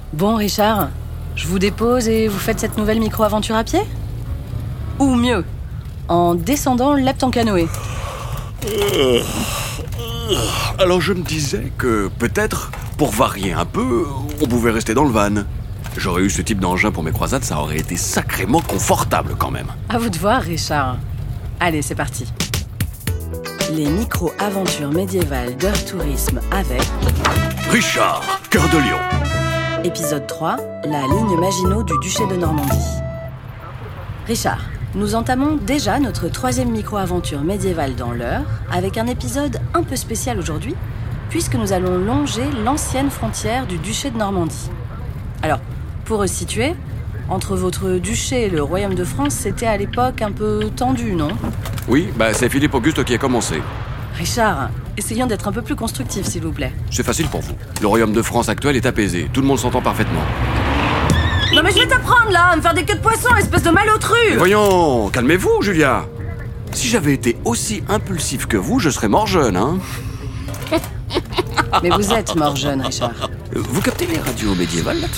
Bon, Richard, je vous dépose et vous faites cette nouvelle micro-aventure à pied ? Ou mieux, en descendant l'Epte en canoë ? Alors je me disais que peut-être, pour varier un peu, on pouvait rester dans le van. J'aurais eu ce type d'engin pour mes croisades, ça aurait été sacrément confortable quand même. À vous de voir, Richard. Allez, c'est parti. Les micro-aventures médiévales d'Heure Tourisme avec... Richard, Cœur de Lion. Épisode 3, la ligne Maginot du duché de Normandie. Richard, nous entamons déjà notre 3e micro-aventure médiévale dans l'Eure, avec un épisode un peu spécial aujourd'hui, puisque nous allons longer l'ancienne frontière du duché de Normandie. Alors, pour resituer, entre votre duché et le royaume de France, c'était à l'époque un peu tendu, non ? Oui, c'est Philippe Auguste qui a commencé. Richard, essayons d'être un peu plus constructifs, s'il vous plaît. C'est facile pour vous. Le royaume de France actuel est apaisé, tout le monde s'entend parfaitement. Non mais je vais t'apprendre là, à me faire des queues de poisson, espèce de malotru ! Voyons, calmez-vous, Julia. Si j'avais été aussi impulsif que vous, je serais mort jeune, hein. Mais vous êtes mort jeune, Richard. Vous captez les radios médiévales là-dessus ?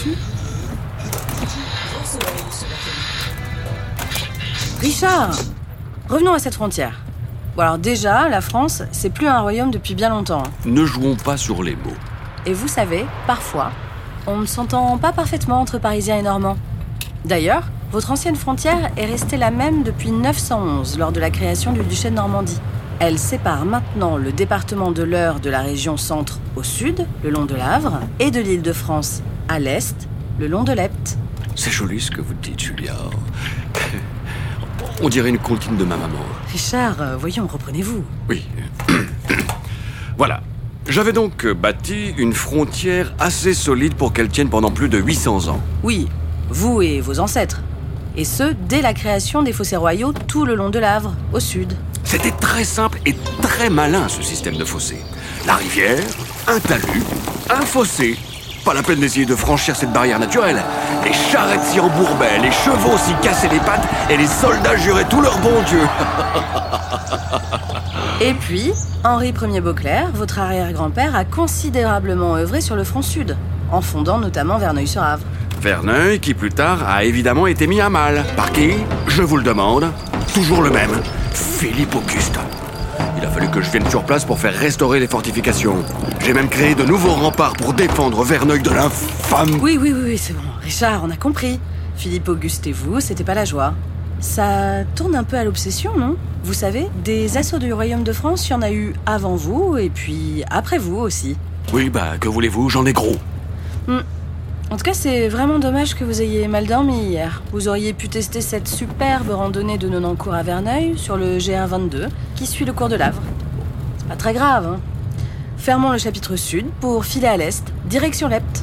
Richard, revenons à cette frontière. Bon alors déjà, la France, c'est plus un royaume depuis bien longtemps. Ne jouons pas sur les mots. Et vous savez, parfois, on ne s'entend pas parfaitement entre Parisiens et Normands. D'ailleurs, votre ancienne frontière est restée la même depuis 911, lors de la création du duché de Normandie. Elle sépare maintenant le département de l'Eure de la région centre au sud, le long de l'Avre, et de l'Île-de-France à l'est, le long de l'Epte. C'est joli ce que vous dites, Julia. On dirait une comptine de ma maman. Richard, voyons, reprenez-vous. Oui. Voilà. J'avais donc bâti une frontière assez solide pour qu'elle tienne pendant plus de 800 ans. Oui, vous et vos ancêtres. Et ce, dès la création des fossés royaux tout le long de l'Avre, au sud. C'était très simple et très malin, ce système de fossés. La rivière, un talus, un fossé. Pas la peine d'essayer de franchir cette barrière naturelle. Les charrettes s'y embourbaient, les chevaux s'y cassaient les pattes et les soldats juraient tout leur bon Dieu. Et puis, Henri Ier Beauclerc, votre arrière-grand-père, a considérablement œuvré sur le front sud, en fondant notamment Verneuil-sur-Avre. Verneuil, qui plus tard a évidemment été mis à mal. Par qui ? Je vous le demande. Toujours le même. Philippe Auguste. Il a fallu que je vienne sur place pour faire restaurer les fortifications. J'ai même créé de nouveaux remparts pour défendre Verneuil de l'infâme... Oui, c'est bon. Richard, on a compris. Philippe Auguste et vous, c'était pas la joie. Ça tourne un peu à l'obsession, non ? Vous savez, des assauts du royaume de France, il y en a eu avant vous et puis après vous aussi. Oui, que voulez-vous, j'en ai gros. En tout cas, c'est vraiment dommage que vous ayez mal dormi hier. Vous auriez pu tester cette superbe randonnée de Nonancourt à Verneuil sur le GR22 qui suit le cours de l'Avre. C'est pas très grave, hein. Fermons le chapitre sud pour filer à l'est, direction l'Epte.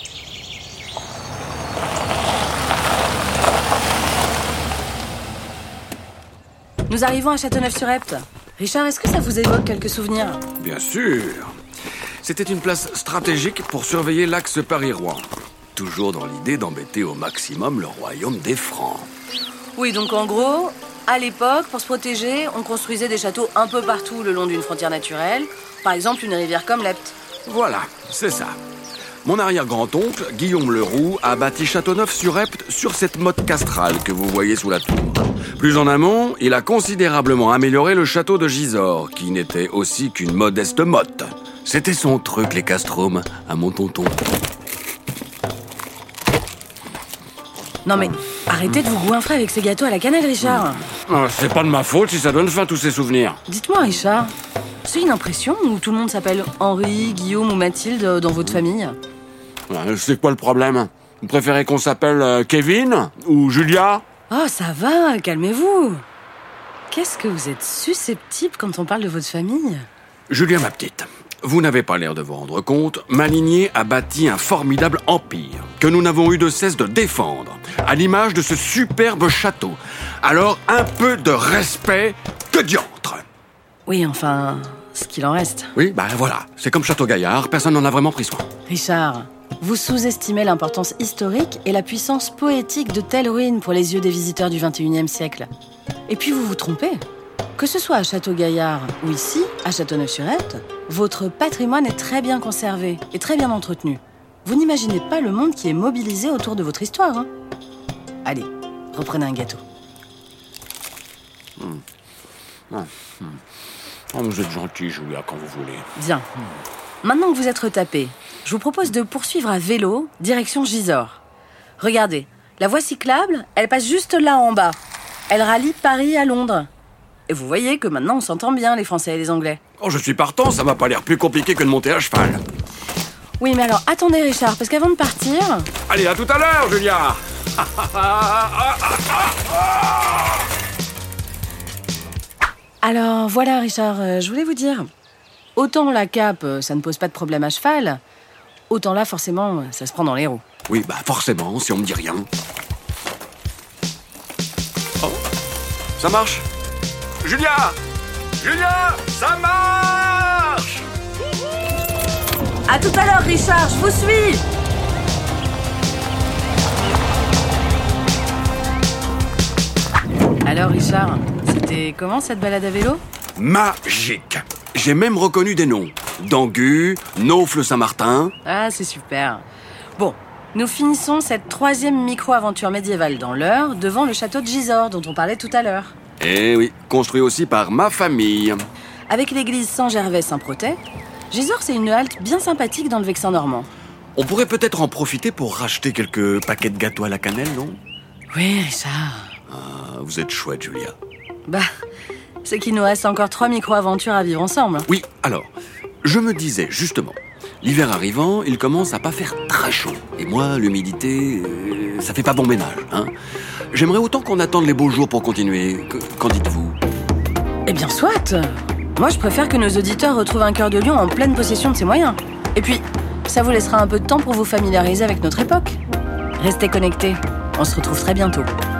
Nous arrivons à Châteauneuf-sur-Epte. Richard, est-ce que ça vous évoque quelques souvenirs ? Bien sûr. C'était une place stratégique pour surveiller l'axe Paris-Rouen. Toujours dans l'idée d'embêter au maximum le royaume des Francs. Oui, donc en gros, à l'époque, pour se protéger, on construisait des châteaux un peu partout le long d'une frontière naturelle. Par exemple, une rivière comme l'Epte. Voilà, c'est ça. Mon arrière-grand-oncle, Guillaume Leroux, a bâti Châteauneuf-sur-Epte sur cette motte castrale que vous voyez sous la tour. Plus en amont, il a considérablement amélioré le château de Gisors, qui n'était aussi qu'une modeste motte. C'était son truc, les castromes, à mon tonton. Non mais, arrêtez de vous goinfrer avec ces gâteaux à la cannelle, Richard. C'est pas de ma faute si ça donne fin tous ces souvenirs. Dites-moi, Richard, c'est une impression où tout le monde s'appelle Henri, Guillaume ou Mathilde dans votre famille ? C'est quoi le problème ? Vous préférez qu'on s'appelle Kevin ou Julia ? Oh, ça va, calmez-vous. Qu'est-ce que vous êtes susceptible quand on parle de votre famille ? Julia, ma petite, vous n'avez pas l'air de vous rendre compte, ma lignée a bâti un formidable empire que nous n'avons eu de cesse de défendre, à l'image de ce superbe château. Alors, un peu de respect, que diantre ! Oui, enfin, ce qu'il en reste. Oui, voilà, c'est comme Château-Gaillard, personne n'en a vraiment pris soin. Richard, vous sous-estimez l'importance historique et la puissance poétique de telles ruines pour les yeux des visiteurs du XXIe siècle. Et puis vous vous trompez. Que ce soit à Château-Gaillard ou ici, à Châteauneuf-sur-Epte, votre patrimoine est très bien conservé et très bien entretenu. Vous n'imaginez pas le monde qui est mobilisé autour de votre histoire, hein. Allez, reprenez un gâteau. Oh, vous êtes gentil, Julia, quand vous voulez. Bien. Maintenant que vous êtes retapé, je vous propose de poursuivre à vélo, direction Gisors. Regardez, la voie cyclable, elle passe juste là en bas. Elle rallie Paris à Londres. Et vous voyez que maintenant on s'entend bien, les Français et les Anglais. Oh, je suis partant, ça m'a pas l'air plus compliqué que de monter à cheval. Oui, mais alors, attendez Richard, parce qu'avant de partir... Allez, à tout à l'heure, Julia. Alors, voilà Richard, je voulais vous dire... Autant la cape, ça ne pose pas de problème à cheval, autant là, forcément, ça se prend dans les roues. Oui, bah forcément, si on me dit rien. Oh, ça marche. Julia, ça marche. À tout à l'heure Richard, je vous suis. Alors Richard, c'était comment cette balade à vélo ? Magique. J'ai même reconnu des noms. Dangu, Naufle-Saint-Martin. Ah, c'est super. Bon, nous finissons cette 3e micro-aventure médiévale dans l'Eure, devant le château de Gisors, dont on parlait tout à l'heure. Eh oui, construit aussi par ma famille. Avec l'église Saint-Gervais-Saint-Protais, Gisors, c'est une halte bien sympathique dans le Vexin normand. On pourrait peut-être en profiter pour racheter quelques paquets de gâteaux à la cannelle, non ? Oui, Richard. Ah, vous êtes chouette, Julia. Bah, c'est qu'il nous reste encore 3 micro-aventures à vivre ensemble. Oui, alors, je me disais justement, l'hiver arrivant, il commence à pas faire très chaud. Et moi, l'humidité, ça fait pas bon ménage, hein. J'aimerais autant qu'on attende les beaux jours pour continuer. Qu'en dites-vous ? Eh bien, soit. Moi, je préfère que nos auditeurs retrouvent un cœur de lion en pleine possession de ses moyens. Et puis, ça vous laissera un peu de temps pour vous familiariser avec notre époque. Restez connectés, on se retrouve très bientôt.